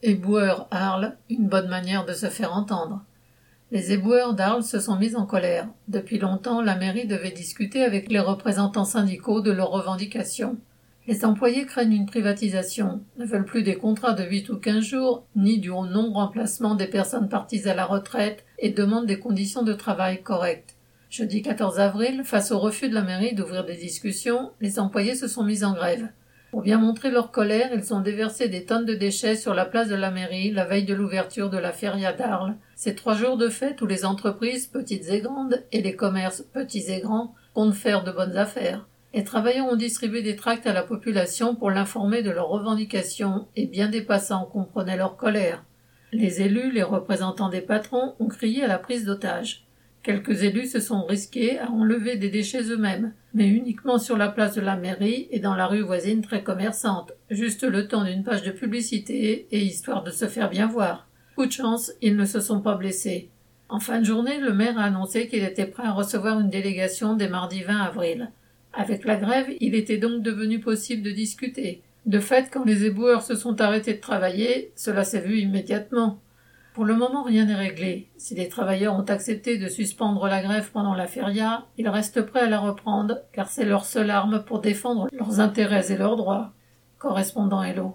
Éboueurs Arles, une bonne manière de se faire entendre. Les éboueurs d'Arles se sont mis en colère. Depuis longtemps, la mairie devait discuter avec les représentants syndicaux de leurs revendications. Les employés craignent une privatisation, ne veulent plus des contrats de 8 ou 15 jours, ni du non-remplacement des personnes parties à la retraite et demandent des conditions de travail correctes. Jeudi 14 avril, face au refus de la mairie d'ouvrir des discussions, les employés se sont mis en grève. Pour bien montrer leur colère, ils ont déversé des tonnes de déchets sur la place de la mairie la veille de l'ouverture de la feria d'Arles. Ces 3 jours de fête où les entreprises, petites et grandes, et les commerces, petits et grands, comptent faire de bonnes affaires. Les travailleurs ont distribué des tracts à la population pour l'informer de leurs revendications et bien des passants comprenaient leur colère. Les élus, les représentants des patrons, ont crié à la prise d'otages. Quelques élus se sont risqués à enlever des déchets eux-mêmes, mais uniquement sur la place de la mairie et dans la rue voisine très commerçante, juste le temps d'une page de publicité et histoire de se faire bien voir. Coup de chance, ils ne se sont pas blessés. En fin de journée, le maire a annoncé qu'il était prêt à recevoir une délégation dès mardi 20 avril. Avec la grève, il était donc devenu possible de discuter. De fait, quand les éboueurs se sont arrêtés de travailler, cela s'est vu immédiatement. Pour le moment, rien n'est réglé. Si les travailleurs ont accepté de suspendre la grève pendant la feria, ils restent prêts à la reprendre, car c'est leur seule arme pour défendre leurs intérêts et leurs droits. Correspondant Hello.